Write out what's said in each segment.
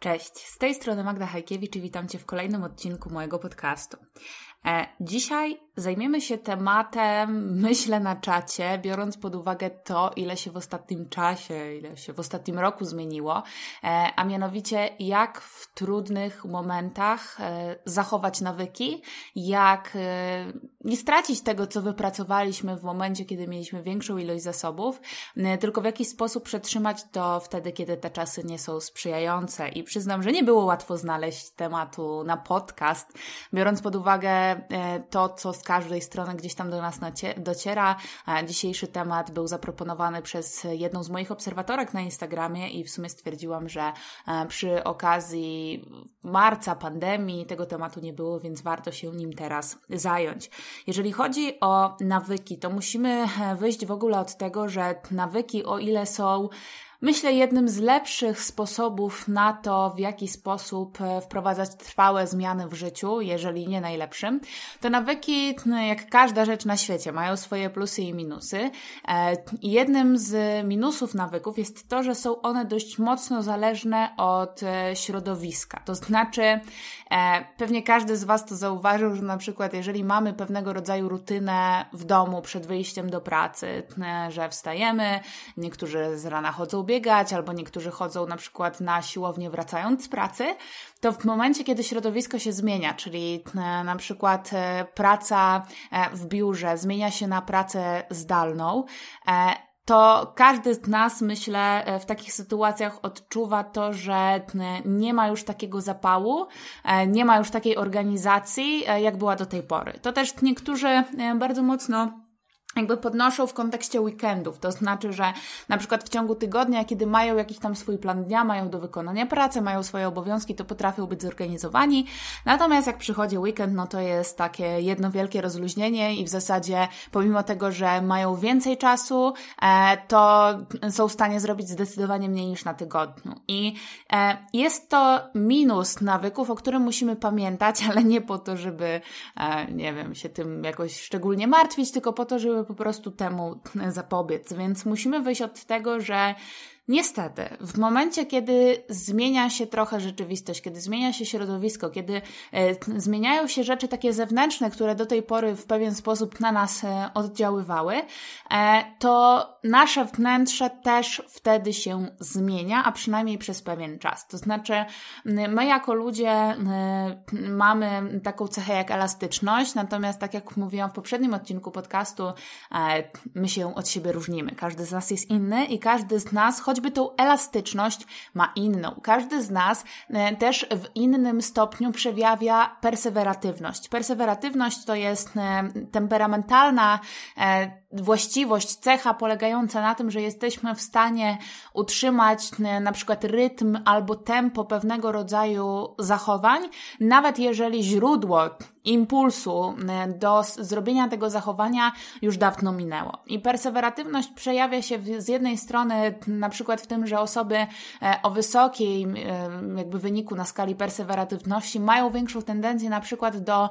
Cześć, z tej strony Magda Hajkiewicz i witam Cię w kolejnym odcinku mojego podcastu. Dzisiaj zajmiemy się tematem, myślę, na czacie, biorąc pod uwagę to, ile się w ostatnim czasie, ile się w ostatnim roku zmieniło, a mianowicie jak w trudnych momentach zachować nawyki, jak nie stracić tego, co wypracowaliśmy w momencie, kiedy mieliśmy większą ilość zasobów, tylko w jaki sposób przetrzymać to wtedy, kiedy te czasy nie są sprzyjające. I przyznam, że nie było łatwo znaleźć tematu na podcast, biorąc pod uwagę to, co z każdej strony gdzieś tam do nas dociera. Dzisiejszy temat był zaproponowany przez jedną z moich obserwatorek na Instagramie i w sumie stwierdziłam, że przy okazji marca pandemii tego tematu nie było, więc warto się nim teraz zająć. Jeżeli chodzi o nawyki, to musimy wyjść w ogóle od tego, że nawyki, o ile są, myślę, jednym z lepszych sposobów na to, w jaki sposób wprowadzać trwałe zmiany w życiu, jeżeli nie najlepszym, to nawyki, jak każda rzecz na świecie, mają swoje plusy i minusy. Jednym z minusów nawyków jest to, że są one dość mocno zależne od środowiska. To znaczy, pewnie każdy z Was to zauważył, że na przykład jeżeli mamy pewnego rodzaju rutynę w domu przed wyjściem do pracy, że wstajemy, niektórzy z rana chodzą biegać, albo niektórzy chodzą na przykład na siłownię wracając z pracy, to w momencie, kiedy środowisko się zmienia, czyli na przykład praca w biurze zmienia się na pracę zdalną, to każdy z nas, myślę, w takich sytuacjach odczuwa to, że nie ma już takiego zapału, nie ma już takiej organizacji, jak była do tej pory. To też niektórzy bardzo mocno podnoszą w kontekście weekendów, to znaczy, że na przykład w ciągu tygodnia, kiedy mają jakiś tam swój plan dnia, mają do wykonania pracę, mają swoje obowiązki, to potrafią być zorganizowani, natomiast jak przychodzi weekend, no to jest takie jedno wielkie rozluźnienie i w zasadzie pomimo tego, że mają więcej czasu, to są w stanie zrobić zdecydowanie mniej niż na tygodniu i jest to minus nawyków, o którym musimy pamiętać, ale nie po to, żeby, nie wiem, się tym jakoś szczególnie martwić, tylko po to, żeby po prostu temu zapobiec. Więc musimy wyjść od tego, że niestety, w momencie, kiedy zmienia się trochę rzeczywistość, kiedy zmienia się środowisko, kiedy zmieniają się rzeczy takie zewnętrzne, które do tej pory w pewien sposób na nas oddziaływały, to nasze wnętrze też wtedy się zmienia, a przynajmniej przez pewien czas. To znaczy, my jako ludzie mamy taką cechę jak elastyczność, natomiast tak jak mówiłam w poprzednim odcinku podcastu, my się od siebie różnimy. Każdy z nas jest inny i każdy z nas, choćby tą elastyczność ma inną. Każdy z nas też w innym stopniu przejawia perseweratywność. Perseweratywność to jest temperamentalna właściwość, cecha polegająca na tym, że jesteśmy w stanie utrzymać na przykład rytm albo tempo pewnego rodzaju zachowań, nawet jeżeli źródło impulsu do zrobienia tego zachowania już dawno minęło. I perseweratywność przejawia się z jednej strony na przykład w tym, że osoby o wysokiej wyniku na skali perseweratywności mają większą tendencję na przykład do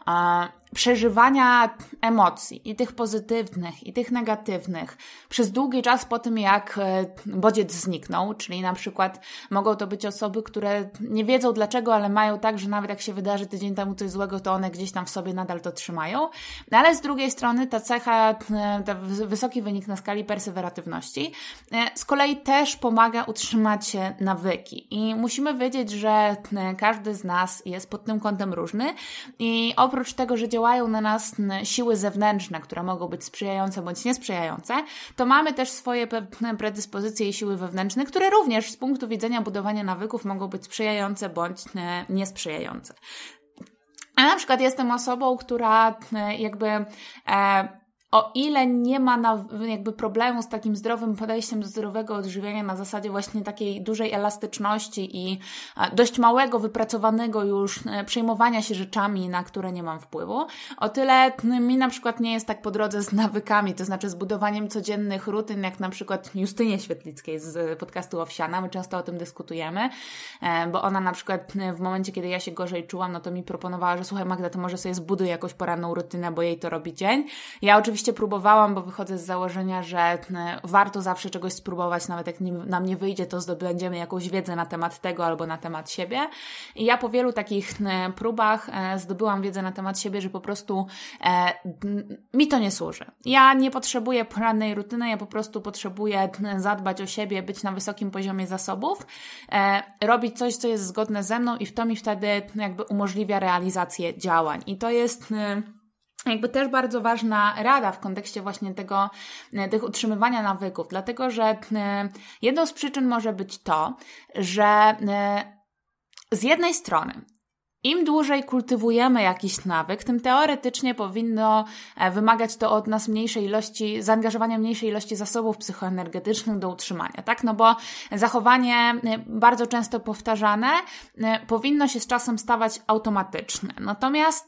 przeżywania emocji i tych pozytywnych, i tych negatywnych przez długi czas po tym, jak bodziec zniknął, czyli na przykład mogą to być osoby, które nie wiedzą dlaczego, ale mają tak, że nawet jak się wydarzy tydzień temu coś złego, to one gdzieś tam w sobie nadal to trzymają, ale z drugiej strony ta cecha, ten wysoki wynik na skali perseweratywności z kolei też pomaga utrzymać nawyki i musimy wiedzieć, że każdy z nas jest pod tym kątem różny i oprócz tego, że działają na nas siły zewnętrzne, które mogą być sprzyjające bądź niesprzyjające, to mamy też swoje pewne predyspozycje i siły wewnętrzne, które również z punktu widzenia budowania nawyków mogą być sprzyjające bądź niesprzyjające. A na przykład jestem osobą, która o ile nie ma problemu z takim zdrowym podejściem do zdrowego odżywiania na zasadzie właśnie takiej dużej elastyczności i dość małego, wypracowanego już przejmowania się rzeczami, na które nie mam wpływu, o tyle mi na przykład nie jest tak po drodze z nawykami, to znaczy z budowaniem codziennych rutyn, jak na przykład Justynie Świetlickiej z podcastu Owsiana. My często o tym dyskutujemy, bo ona na przykład w momencie, kiedy ja się gorzej czułam, no to mi proponowała, że słuchaj Magda, to może sobie zbuduj jakąś poranną rutynę, bo jej to robi dzień. Ja oczywiście oczywiście próbowałam, bo wychodzę z założenia, że warto zawsze czegoś spróbować, nawet jak nam nie wyjdzie, to zdobędziemy jakąś wiedzę na temat tego albo na temat siebie. I ja po wielu takich próbach zdobyłam wiedzę na temat siebie, że po prostu mi to nie służy. Ja nie potrzebuję porannej rutyny, ja po prostu potrzebuję zadbać o siebie, być na wysokim poziomie zasobów, robić coś, co jest zgodne ze mną i to mi wtedy jakby umożliwia realizację działań. I to jest jakby też bardzo ważna rada w kontekście właśnie tych utrzymywania nawyków, dlatego że jedną z przyczyn może być to, że z jednej strony im dłużej kultywujemy jakiś nawyk, tym teoretycznie powinno wymagać to od nas zaangażowania mniejszej ilości zasobów psychoenergetycznych do utrzymania, tak? No bo zachowanie bardzo często powtarzane powinno się z czasem stawać automatyczne. Natomiast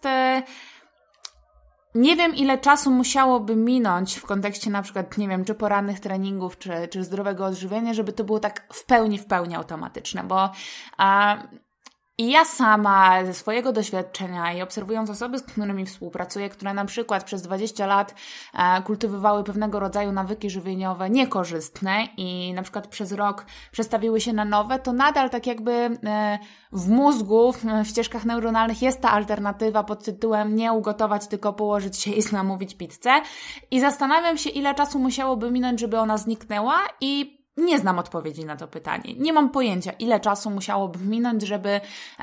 nie wiem, ile czasu musiałoby minąć w kontekście na przykład, nie wiem, czy porannych treningów, czy zdrowego odżywiania, żeby to było tak w pełni automatyczne, bo i ja sama ze swojego doświadczenia i obserwując osoby, z którymi współpracuję, które na przykład przez 20 lat kultywowały pewnego rodzaju nawyki żywieniowe niekorzystne i na przykład przez rok przestawiły się na nowe, to nadal tak jakby w mózgu, w ścieżkach neuronalnych jest ta alternatywa pod tytułem nie ugotować, tylko położyć się i zamówić pizzę. I zastanawiam się, ile czasu musiałoby minąć, żeby ona zniknęła i nie znam odpowiedzi na to pytanie. Nie mam pojęcia, ile czasu musiałoby minąć, żeby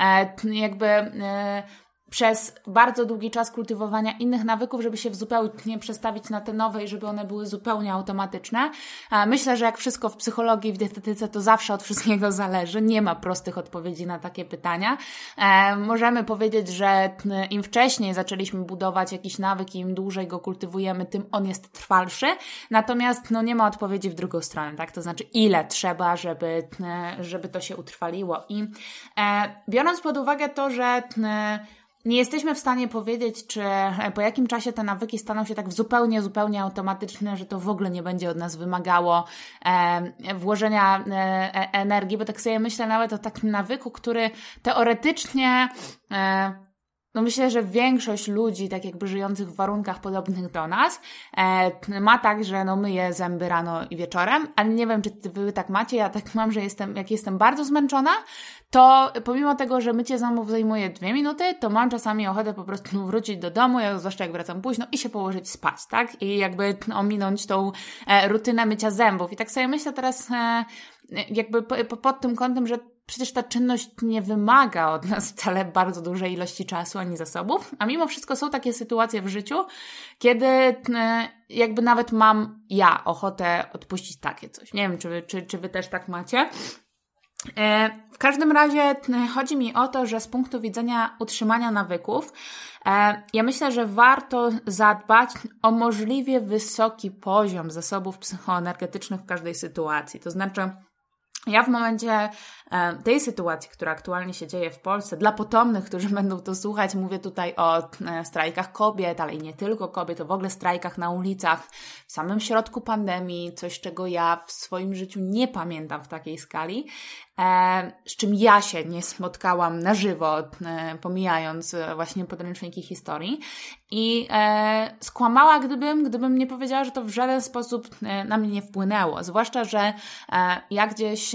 przez bardzo długi czas kultywowania innych nawyków, żeby się zupełnie przestawić na te nowe i żeby one były zupełnie automatyczne. Myślę, że jak wszystko w psychologii, w dietetyce, to zawsze od wszystkiego zależy. Nie ma prostych odpowiedzi na takie pytania. Możemy powiedzieć, że im wcześniej zaczęliśmy budować jakiś nawyk i im dłużej go kultywujemy, tym on jest trwalszy. Natomiast nie ma odpowiedzi w drugą stronę, tak? To znaczy, ile trzeba, żeby to się utrwaliło. I biorąc pod uwagę to, że nie jesteśmy w stanie powiedzieć, czy po jakim czasie te nawyki staną się tak zupełnie automatyczne, że to w ogóle nie będzie od nas wymagało włożenia energii, bo tak sobie myślę nawet o takim nawyku, który teoretycznie myślę, że większość ludzi, tak jakby żyjących w warunkach podobnych do nas, ma tak, że myję zęby rano i wieczorem, ale nie wiem, czy wy tak macie, ja tak mam, że jak jestem bardzo zmęczona, to pomimo tego, że mycie zębów zajmuje 2 minuty, to mam czasami ochotę po prostu wrócić do domu, zwłaszcza jak wracam późno, i się położyć spać, tak? I jakby ominąć tą rutynę mycia zębów. I tak sobie myślę teraz jakby pod tym kątem, że przecież ta czynność nie wymaga od nas wcale bardzo dużej ilości czasu ani zasobów, a mimo wszystko są takie sytuacje w życiu, kiedy jakby nawet mam ochotę odpuścić takie coś. Nie wiem, czy wy też tak macie. W każdym razie chodzi mi o to, że z punktu widzenia utrzymania nawyków, ja myślę, że warto zadbać o możliwie wysoki poziom zasobów psychoenergetycznych w każdej sytuacji. To znaczy, ja w momencie tej sytuacji, która aktualnie się dzieje w Polsce, dla potomnych, którzy będą to słuchać, mówię tutaj o strajkach kobiet, ale i nie tylko kobiet, o w ogóle strajkach na ulicach w samym środku pandemii, coś czego ja w swoim życiu nie pamiętam w takiej skali, z czym ja się nie spotkałam na żywo, pomijając właśnie podręczniki historii i skłamała, gdybym nie powiedziała, że to w żaden sposób na mnie nie wpłynęło, zwłaszcza, że ja gdzieś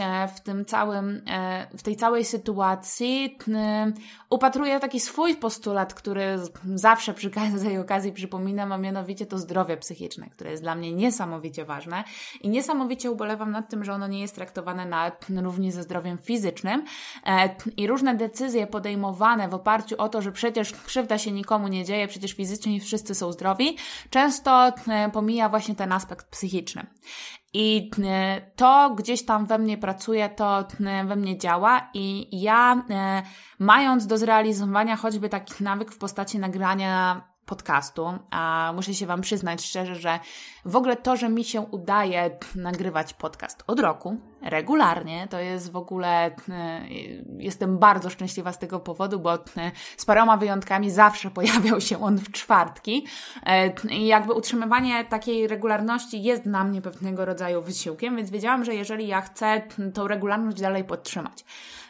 w tej całej sytuacji upatruję taki swój postulat, który zawsze przy każdej okazji przypominam, a mianowicie to zdrowie psychiczne, które jest dla mnie niesamowicie ważne i niesamowicie ubolewam nad tym, że ono nie jest traktowane na równi ze zdrowiem fizycznym i różne decyzje podejmowane w oparciu o to, że przecież krzywda się nikomu nie dzieje, przecież fizycznie wszyscy są zdrowi, często pomija właśnie ten aspekt psychiczny. I to gdzieś tam we mnie pracuje, to we mnie działa i ja mając do zrealizowania choćby taki nawyk w postaci nagrania podcastu, a muszę się Wam przyznać szczerze, że w ogóle to, że mi się udaje nagrywać podcast od roku, regularnie, to jest w ogóle, jestem bardzo szczęśliwa z tego powodu, bo z paroma wyjątkami zawsze pojawiał się on w czwartki i jakby utrzymywanie takiej regularności jest dla mnie pewnego rodzaju wysiłkiem, więc wiedziałam, że jeżeli ja chcę tą regularność dalej podtrzymać,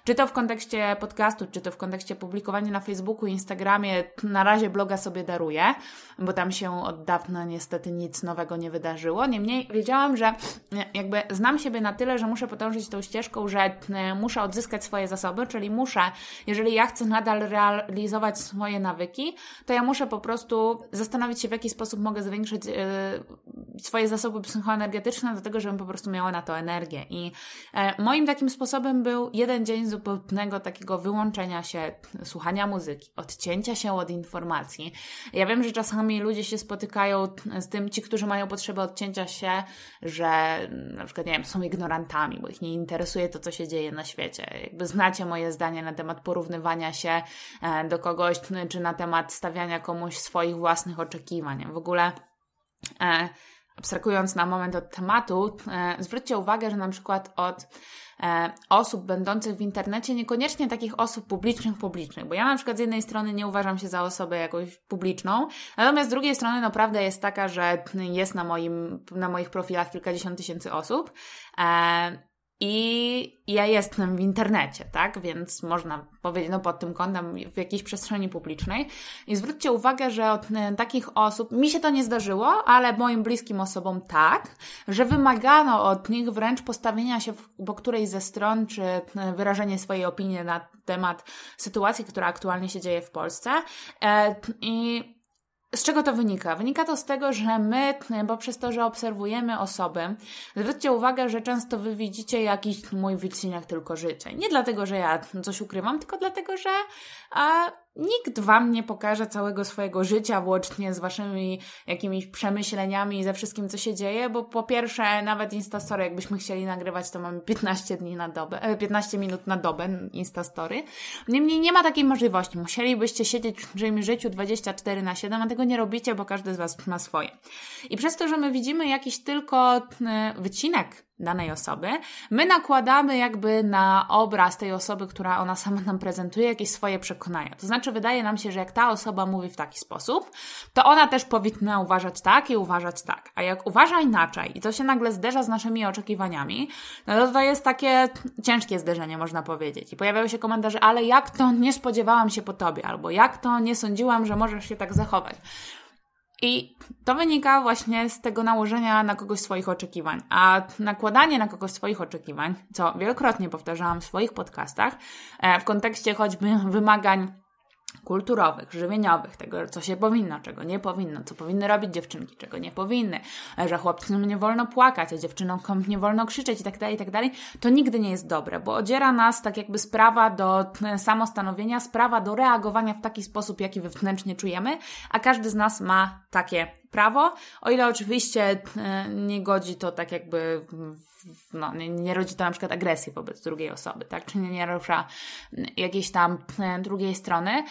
Czy to w kontekście podcastu, czy to w kontekście publikowania na Facebooku, Instagramie. Na razie bloga sobie daruję, bo tam się od dawna niestety nic nowego nie wydarzyło. Niemniej wiedziałam, że jakby znam siebie na tyle, że muszę podążyć tą ścieżką, że muszę odzyskać swoje zasoby, czyli jeżeli ja chcę nadal realizować swoje nawyki, to ja muszę po prostu zastanowić się, w jaki sposób mogę zwiększyć swoje zasoby psychoenergetyczne do tego, żebym po prostu miała na to energię. I moim takim sposobem był jeden dzień zupełnego takiego wyłączenia się, słuchania muzyki, odcięcia się od informacji. Ja wiem, że czasami ludzie się spotykają z tym, ci, którzy mają potrzebę odcięcia się, że na przykład, nie wiem, są ignorantami, bo ich nie interesuje to, co się dzieje na świecie. Jakby znacie moje zdanie na temat porównywania się do kogoś, czy na temat stawiania komuś swoich własnych oczekiwań. W ogóle abstrahując na moment od tematu, zwróćcie uwagę, że na przykład od osób będących w internecie, niekoniecznie takich osób publicznych, bo ja na przykład z jednej strony nie uważam się za osobę jakąś publiczną, natomiast z drugiej strony no prawda jest taka, że jest na moich profilach kilkadziesiąt tysięcy osób i ja jestem w internecie, tak? Więc można powiedzieć, no pod tym kątem w jakiejś przestrzeni publicznej. I zwróćcie uwagę, że od takich osób, mi się to nie zdarzyło, ale moim bliskim osobom tak, że wymagano od nich wręcz postawienia się po którejś ze stron, czy wyrażenie swojej opinii na temat sytuacji, która aktualnie się dzieje w Polsce. I z czego to wynika? Wynika to z tego, że my, bo przez to, że obserwujemy osoby, zwróćcie uwagę, że często wy widzicie jakiś mój wycinek tylko życia. Nie dlatego, że ja coś ukrywam, tylko dlatego, że nikt wam nie pokaże całego swojego życia, włącznie z waszymi jakimiś przemyśleniami i ze wszystkim, co się dzieje, bo po pierwsze, nawet Instastory, jakbyśmy chcieli nagrywać, to mamy 15 minut na dobę Instastory. Niemniej nie ma takiej możliwości. Musielibyście siedzieć w czyimś życiu 24/7, a tego nie robicie, bo każdy z was ma swoje. I przez to, że my widzimy jakiś tylko wycinek danej osoby, my nakładamy jakby na obraz tej osoby, która ona sama nam prezentuje, jakieś swoje przekonania. To znaczy wydaje nam się, że jak ta osoba mówi w taki sposób, to ona też powinna uważać tak i uważać tak. A jak uważa inaczej i to się nagle zderza z naszymi oczekiwaniami, no to jest takie ciężkie zderzenie, można powiedzieć. I pojawiają się komentarze, ale jak to nie spodziewałam się po tobie, albo jak to nie sądziłam, że możesz się tak zachować. I to wynika właśnie z tego nałożenia na kogoś swoich oczekiwań. A nakładanie na kogoś swoich oczekiwań, co wielokrotnie powtarzałam w swoich podcastach, w kontekście choćby wymagań kulturowych, żywieniowych, tego, co się powinno, czego nie powinno, co powinny robić dziewczynki, czego nie powinny, że chłopcom nie wolno płakać, a dziewczynom nie wolno krzyczeć i tak dalej, to nigdy nie jest dobre, bo odziera nas tak jakby sprawa do samostanowienia, sprawa do reagowania w taki sposób, jaki wewnętrznie czujemy, a każdy z nas ma takie prawo, o ile oczywiście nie godzi to tak jakby nie rodzi to na przykład agresji wobec drugiej osoby, tak? Czy nie narusza jakiejś tam drugiej strony.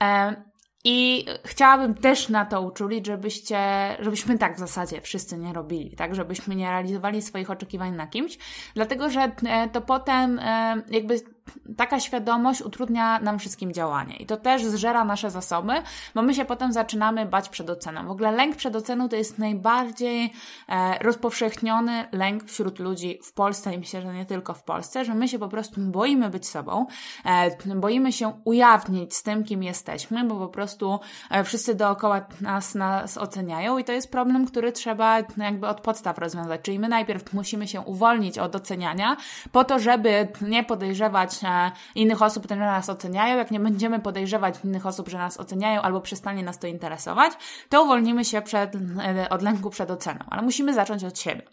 I chciałabym też na to uczulić, żebyśmy tak w zasadzie wszyscy nie robili, tak? Żebyśmy nie realizowali swoich oczekiwań na kimś, dlatego że to potem jakby taka świadomość utrudnia nam wszystkim działanie i to też zżera nasze zasoby, bo my się potem zaczynamy bać przed oceną. W ogóle lęk przed oceną to jest najbardziej rozpowszechniony lęk wśród ludzi w Polsce i myślę, że nie tylko w Polsce, że my się po prostu boimy być sobą, boimy się ujawnić z tym, kim jesteśmy, bo po prostu wszyscy dookoła nas oceniają i to jest problem, który trzeba jakby od podstaw rozwiązać, czyli my najpierw musimy się uwolnić od oceniania po to, żeby nie podejrzewać innych osób, że nas oceniają. Jak nie będziemy podejrzewać innych osób, że nas oceniają albo przestanie nas to interesować, to uwolnimy się od lęku przed oceną. Ale musimy zacząć od siebie.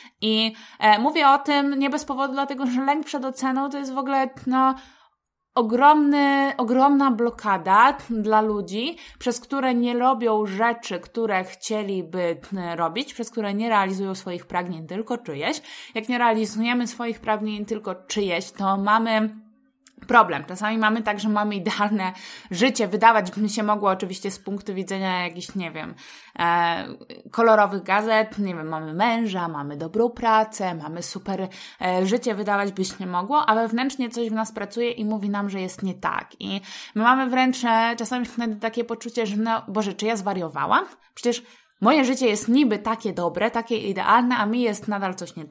I mówię o tym nie bez powodu, dlatego że lęk przed oceną to jest w ogóle ogromna blokada dla ludzi, przez które nie robią rzeczy, które chcieliby robić, przez które nie realizują swoich pragnień, tylko czyjeś. Jak nie realizujemy swoich pragnień, tylko czyjeś, to mamy problem. Czasami mamy tak, że mamy idealne życie, wydawać by się mogło oczywiście z punktu widzenia jakichś, nie wiem, kolorowych gazet, nie wiem, mamy męża, mamy dobrą pracę, mamy super życie, wydawać by się nie mogło, a wewnętrznie coś w nas pracuje i mówi nam, że jest nie tak. I my mamy wręcz czasami takie poczucie, że no Boże, czy ja zwariowałam? Przecież moje życie jest niby takie dobre, takie idealne, a mi jest nadal coś nie tak.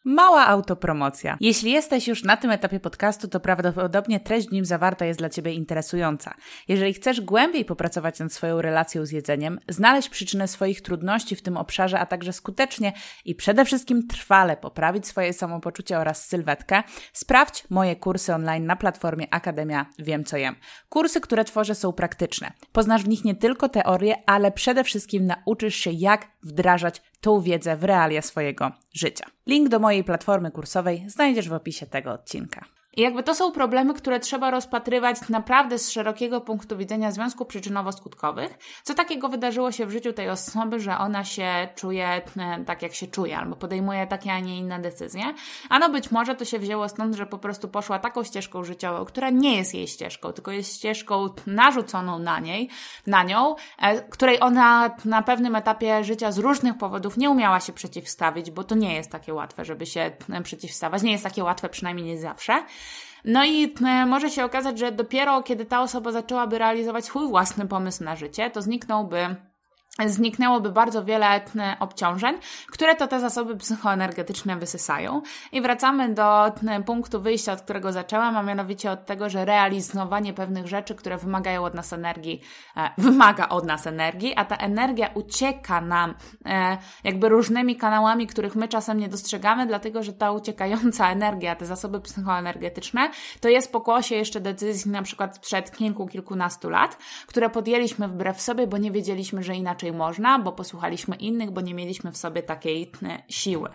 Mała autopromocja. Jeśli jesteś już na tym etapie podcastu, to prawdopodobnie treść w nim zawarta jest dla Ciebie interesująca. Jeżeli chcesz głębiej popracować nad swoją relacją z jedzeniem, znaleźć przyczynę swoich trudności w tym obszarze, a także skutecznie i przede wszystkim trwale poprawić swoje samopoczucie oraz sylwetkę, sprawdź moje kursy online na platformie Akademia Wiem Co Jem. Kursy, które tworzę, są praktyczne. Poznasz w nich nie tylko teorię, ale przede wszystkim nauczysz się, jak wdrażać tą wiedzę w realia swojego życia. Link do mojej platformy kursowej znajdziesz w opisie tego odcinka. I jakby to są problemy, które trzeba rozpatrywać naprawdę z szerokiego punktu widzenia związków przyczynowo-skutkowych. Co takiego wydarzyło się w życiu tej osoby, że ona się czuje tak, jak się czuje, albo podejmuje takie, a nie inne decyzje. Ano być może to się wzięło stąd, że po prostu poszła taką ścieżką życiową, która nie jest jej ścieżką, tylko jest ścieżką narzuconą na nią, której ona na pewnym etapie życia z różnych powodów nie umiała się przeciwstawić, bo to nie jest takie łatwe, żeby się przeciwstawiać. Nie jest takie łatwe, przynajmniej nie zawsze. No i może się okazać, że dopiero kiedy ta osoba zaczęłaby realizować swój własny pomysł na życie, to zniknęłoby bardzo wiele obciążeń, które to te zasoby psychoenergetyczne wysysają. I wracamy do punktu wyjścia, od którego zaczęłam, a mianowicie od tego, że realizowanie pewnych rzeczy, które wymagają od nas energii, wymaga od nas energii, a ta energia ucieka nam jakby różnymi kanałami, których my czasem nie dostrzegamy, dlatego że ta uciekająca energia, te zasoby psychoenergetyczne, to jest pokłosie jeszcze decyzji na przykład sprzed kilkunastu lat, które podjęliśmy wbrew sobie, bo nie wiedzieliśmy, że inaczej można, bo posłuchaliśmy innych, bo nie mieliśmy w sobie takiej siły.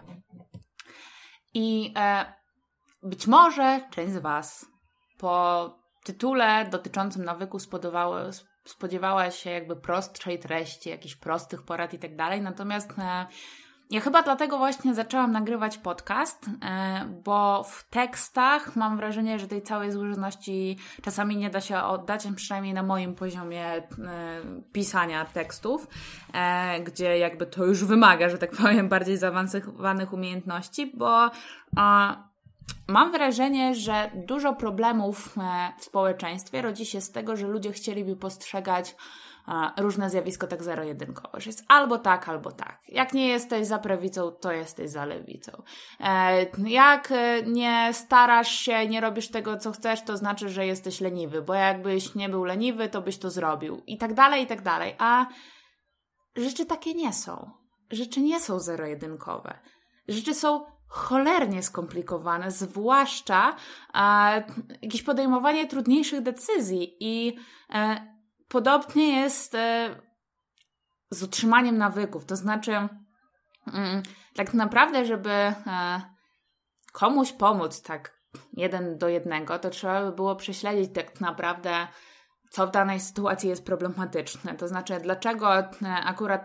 I być może część z Was po tytule dotyczącym nawyku spodziewała się jakby prostszej treści, jakichś prostych porad i tak dalej, natomiast ja chyba dlatego właśnie zaczęłam nagrywać podcast, bo w tekstach mam wrażenie, że tej całej złożoności czasami nie da się oddać, przynajmniej na moim poziomie pisania tekstów, gdzie jakby to już wymaga, że tak powiem, bardziej zaawansowanych umiejętności, bo mam wrażenie, że dużo problemów w społeczeństwie rodzi się z tego, że ludzie chcieliby postrzegać różne zjawisko tak zero-jedynkowe, że jest albo tak. Jak nie jesteś za prawicą, to jesteś za lewicą. Jak nie starasz się, nie robisz tego, co chcesz, to znaczy, że jesteś leniwy, bo jakbyś nie był leniwy, to byś to zrobił. I tak dalej, i tak dalej. A rzeczy takie nie są. Rzeczy nie są zero-jedynkowe. Rzeczy są cholernie skomplikowane, zwłaszcza jakieś podejmowanie trudniejszych decyzji i podobnie jest z utrzymaniem nawyków. To znaczy, tak naprawdę, żeby komuś pomóc tak 1 do 1, to trzeba by było prześledzić tak naprawdę, co w danej sytuacji jest problematyczne. To znaczy, dlaczego akurat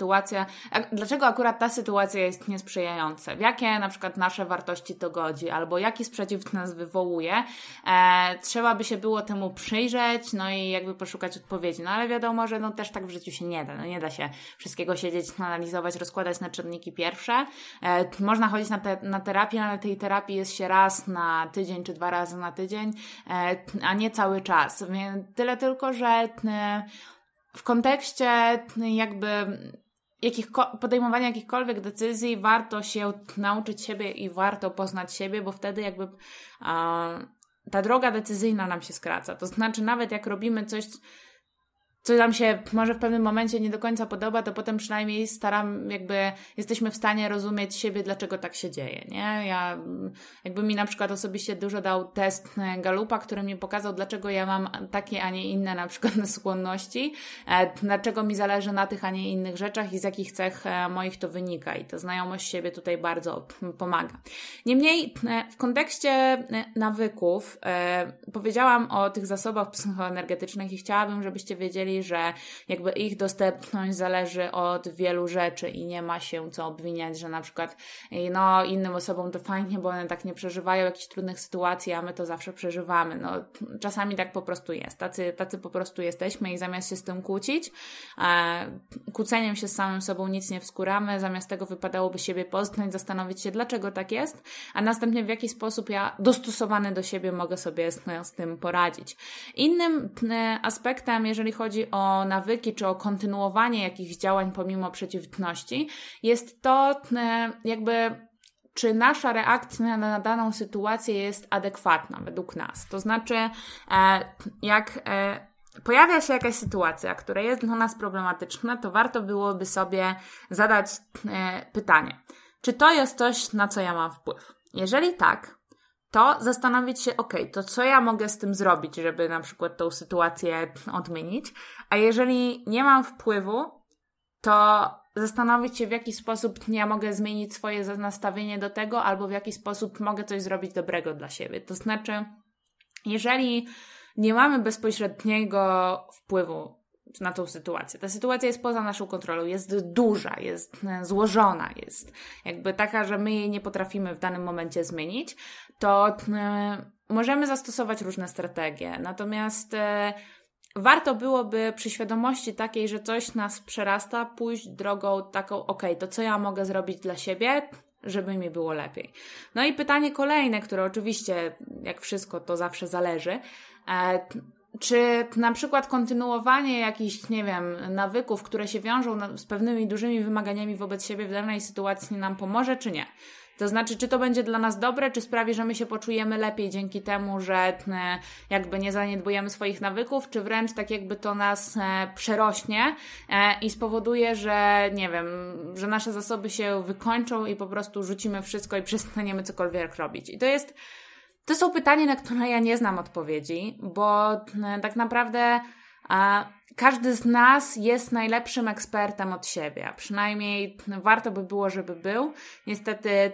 ta sytuacja jest niesprzyjająca, w jakie na przykład nasze wartości to godzi, albo jaki sprzeciw nas wywołuje. Trzeba by się było temu przyjrzeć, no i jakby poszukać odpowiedzi. No ale wiadomo, że też tak w życiu się nie da. No nie da się wszystkiego siedzieć, analizować, rozkładać na czynniki pierwsze. Można chodzić na terapię, ale tej terapii jest się raz na tydzień, czy 2 razy na tydzień, a nie cały czas. Więc tyle tylko, że w kontekście jakby podejmowania jakichkolwiek decyzji warto się nauczyć siebie i warto poznać siebie, bo wtedy jakby ta droga decyzyjna nam się skraca. To znaczy nawet jak robimy coś, co nam się może w pewnym momencie nie do końca podoba, to potem przynajmniej jesteśmy w stanie rozumieć siebie, dlaczego tak się dzieje, nie? Jakby mi na przykład osobiście dużo dał test Gallupa, który mi pokazał, dlaczego ja mam takie, a nie inne na przykład skłonności, dlaczego mi zależy na tych, a nie innych rzeczach i z jakich cech moich to wynika i ta znajomość siebie tutaj bardzo pomaga. Niemniej w kontekście nawyków powiedziałam o tych zasobach psychoenergetycznych i chciałabym, żebyście wiedzieli, że jakby ich dostępność zależy od wielu rzeczy i nie ma się co obwiniać, że na przykład innym osobom to fajnie, bo one tak nie przeżywają jakichś trudnych sytuacji, a my to zawsze przeżywamy. Czasami tak po prostu jest. Tacy po prostu jesteśmy i zamiast się z tym kłócić, kłóceniem się z samym sobą nic nie wskóramy, zamiast tego wypadałoby siebie poznać, zastanowić się, dlaczego tak jest, a następnie w jaki sposób ja dostosowany do siebie mogę sobie z tym poradzić. Innym aspektem, jeżeli chodzi o nawyki, czy o kontynuowanie jakichś działań pomimo przeciwności, jest to jakby czy nasza reakcja na daną sytuację jest adekwatna według nas. To znaczy, jak pojawia się jakaś sytuacja, która jest dla nas problematyczna, to warto byłoby sobie zadać pytanie, czy to jest coś, na co ja mam wpływ? Jeżeli tak, to zastanowić się, to co ja mogę z tym zrobić, żeby na przykład tą sytuację odmienić, a jeżeli nie mam wpływu, to zastanowić się, w jaki sposób ja mogę zmienić swoje nastawienie do tego, albo w jaki sposób mogę coś zrobić dobrego dla siebie. To znaczy, jeżeli nie mamy bezpośredniego wpływu na tą sytuację, ta sytuacja jest poza naszą kontrolą, jest duża, jest złożona, jest jakby taka, że my jej nie potrafimy w danym momencie zmienić, to możemy zastosować różne strategie. Natomiast warto byłoby przy świadomości takiej, że coś nas przerasta, pójść drogą taką, to co ja mogę zrobić dla siebie, żeby mi było lepiej. No i pytanie kolejne, które oczywiście, jak wszystko, to zawsze zależy, czy na przykład kontynuowanie jakichś, nawyków, które się wiążą z pewnymi dużymi wymaganiami wobec siebie w danej sytuacji nam pomoże, czy nie? To znaczy, czy to będzie dla nas dobre, czy sprawi, że my się poczujemy lepiej dzięki temu, że jakby nie zaniedbujemy swoich nawyków, czy wręcz tak jakby to nas przerośnie i spowoduje, że że nasze zasoby się wykończą i po prostu rzucimy wszystko i przestaniemy cokolwiek robić. I to są pytania, na które ja nie znam odpowiedzi, bo tak naprawdę każdy z nas jest najlepszym ekspertem od siebie, a przynajmniej warto by było, żeby był. Niestety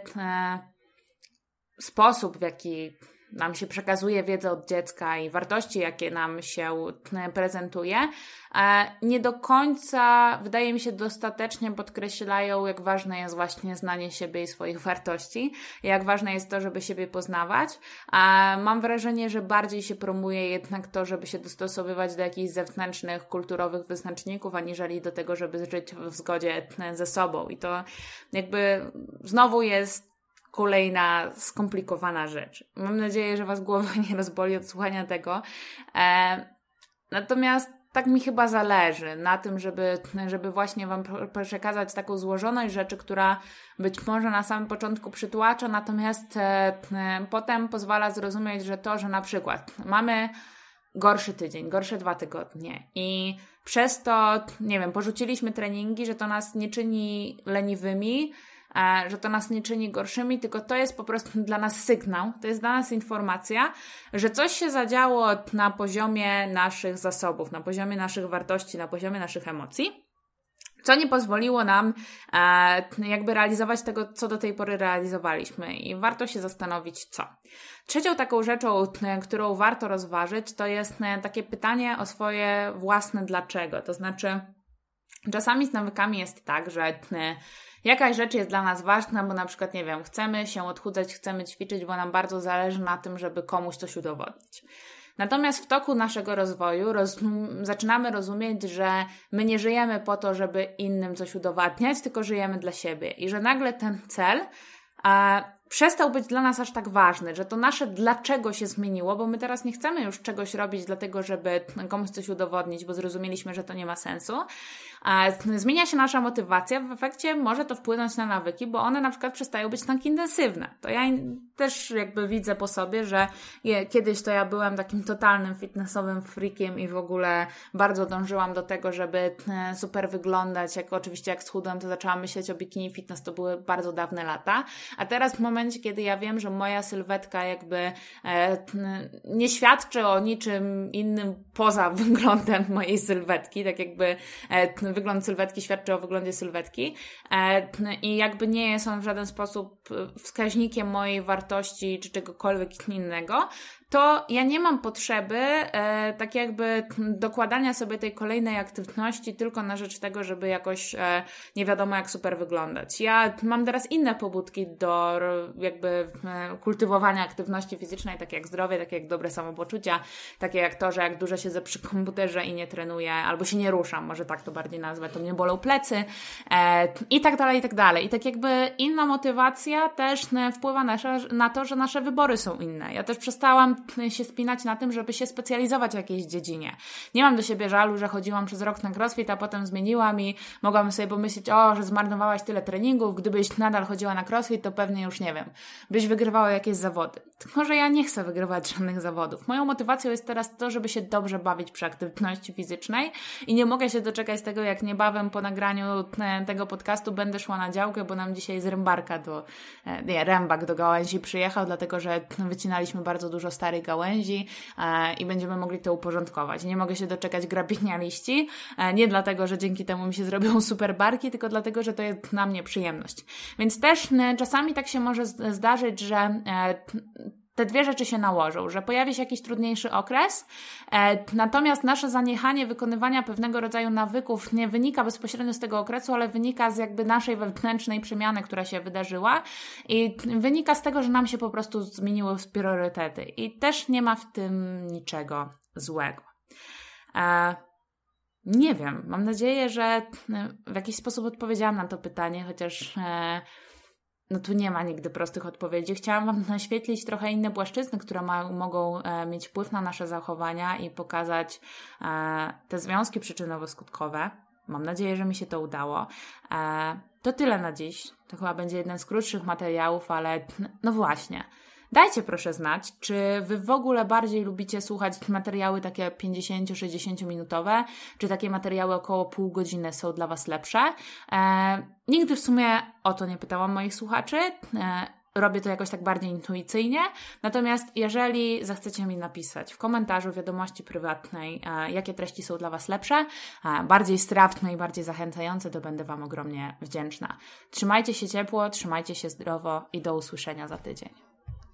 sposób, w jaki nam się przekazuje wiedzę od dziecka i wartości, jakie nam się prezentuje, nie do końca, wydaje mi się, dostatecznie podkreślają, jak ważne jest właśnie znanie siebie i swoich wartości, jak ważne jest to, żeby siebie poznawać. Mam wrażenie, że bardziej się promuje jednak to, żeby się dostosowywać do jakichś zewnętrznych, kulturowych wyznaczników, aniżeli do tego, żeby żyć w zgodzie ze sobą. I to jakby znowu jest kolejna skomplikowana rzecz. Mam nadzieję, że Was głowa nie rozboli od słuchania tego. Natomiast tak mi chyba zależy na tym, żeby właśnie Wam przekazać taką złożoność rzeczy, która być może na samym początku przytłacza, natomiast potem pozwala zrozumieć, że to, że na przykład mamy gorszy tydzień, gorsze 2 tygodnie i przez to, porzuciliśmy treningi, że to nas nie czyni leniwymi, że to nas nie czyni gorszymi, tylko to jest po prostu dla nas sygnał, to jest dla nas informacja, że coś się zadziało na poziomie naszych zasobów, na poziomie naszych wartości, na poziomie naszych emocji, co nie pozwoliło nam jakby realizować tego, co do tej pory realizowaliśmy i warto się zastanowić, co. Trzecią taką rzeczą, którą warto rozważyć, to jest takie pytanie o swoje własne dlaczego, to znaczy czasami z nawykami jest tak, że jakaś rzecz jest dla nas ważna, bo na przykład, chcemy się odchudzać, chcemy ćwiczyć, bo nam bardzo zależy na tym, żeby komuś coś udowodnić. Natomiast w toku naszego rozwoju zaczynamy rozumieć, że my nie żyjemy po to, żeby innym coś udowadniać, tylko żyjemy dla siebie. I że nagle ten cel przestał być dla nas aż tak ważny, że to nasze dlaczego się zmieniło, bo my teraz nie chcemy już czegoś robić dlatego, żeby komuś coś udowodnić, bo zrozumieliśmy, że to nie ma sensu. Zmienia się nasza motywacja, w efekcie może to wpłynąć na nawyki, bo one na przykład przestają być tak intensywne. To ja też jakby widzę po sobie, że kiedyś to ja byłem takim totalnym fitnessowym freakiem i w ogóle bardzo dążyłam do tego, żeby super wyglądać. Oczywiście jak schudłam, to zaczęłam myśleć o bikini fitness, to były bardzo dawne lata. A teraz w momencie, kiedy ja wiem, że moja sylwetka jakby nie świadczy o niczym innym poza wyglądem mojej sylwetki, tak jakby wygląd sylwetki świadczy o wyglądzie sylwetki i jakby nie są w żaden sposób wskaźnikiem mojej wartości czy czegokolwiek innego, to ja nie mam potrzeby tak jakby dokładania sobie tej kolejnej aktywności tylko na rzecz tego, żeby jakoś nie wiadomo jak super wyglądać. Ja mam teraz inne pobudki do jakby kultywowania aktywności fizycznej, takie jak zdrowie, takie jak dobre samopoczucia, takie jak to, że jak dużo siedzę przy komputerze i nie trenuję, albo się nie ruszam, może tak to bardziej nazwę, to mnie bolą plecy i tak dalej, i tak dalej. I tak jakby inna motywacja też wpływa na to, że nasze wybory są inne. Ja też przestałam się spinać na tym, żeby się specjalizować w jakiejś dziedzinie. Nie mam do siebie żalu, że chodziłam przez rok na crossfit, a potem zmieniłam i mogłam sobie pomyśleć, że zmarnowałaś tyle treningów, gdybyś nadal chodziła na crossfit, to pewnie już, nie wiem, byś wygrywała jakieś zawody. Tylko że ja nie chcę wygrywać żadnych zawodów. Moją motywacją jest teraz to, żeby się dobrze bawić przy aktywności fizycznej i nie mogę się doczekać tego, jak niebawem po nagraniu tego podcastu będę szła na działkę, bo nam dzisiaj z rębak do gałęzi przyjechał, dlatego że wycinaliśmy bardzo dużo starych gałęzi i będziemy mogli to uporządkować. Nie mogę się doczekać grabienia liści, nie dlatego, że dzięki temu mi się zrobią super barki, tylko dlatego, że to jest dla mnie przyjemność. Więc też czasami tak się może zdarzyć, że te dwie rzeczy się nałożą, że pojawi się jakiś trudniejszy okres, natomiast nasze zaniechanie wykonywania pewnego rodzaju nawyków nie wynika bezpośrednio z tego okresu, ale wynika z jakby naszej wewnętrznej przemiany, która się wydarzyła i wynika z tego, że nam się po prostu zmieniły priorytety i też nie ma w tym niczego złego. Nie wiem, mam nadzieję, że w jakiś sposób odpowiedziałam na to pytanie, chociaż tu nie ma nigdy prostych odpowiedzi. Chciałam Wam naświetlić trochę inne płaszczyzny, które mogą mieć wpływ na nasze zachowania i pokazać te związki przyczynowo-skutkowe. Mam nadzieję, że mi się to udało. To tyle na dziś. To chyba będzie jeden z krótszych materiałów, ale no właśnie. Dajcie proszę znać, czy Wy w ogóle bardziej lubicie słuchać materiały takie 50-60 minutowe, czy takie materiały około pół godziny są dla Was lepsze. Nigdy w sumie o to nie pytałam moich słuchaczy. Robię to jakoś tak bardziej intuicyjnie. Natomiast jeżeli zechcecie mi napisać w komentarzu, wiadomości prywatnej, jakie treści są dla Was lepsze, bardziej strawne i bardziej zachęcające, to będę Wam ogromnie wdzięczna. Trzymajcie się ciepło, trzymajcie się zdrowo i do usłyszenia za tydzień.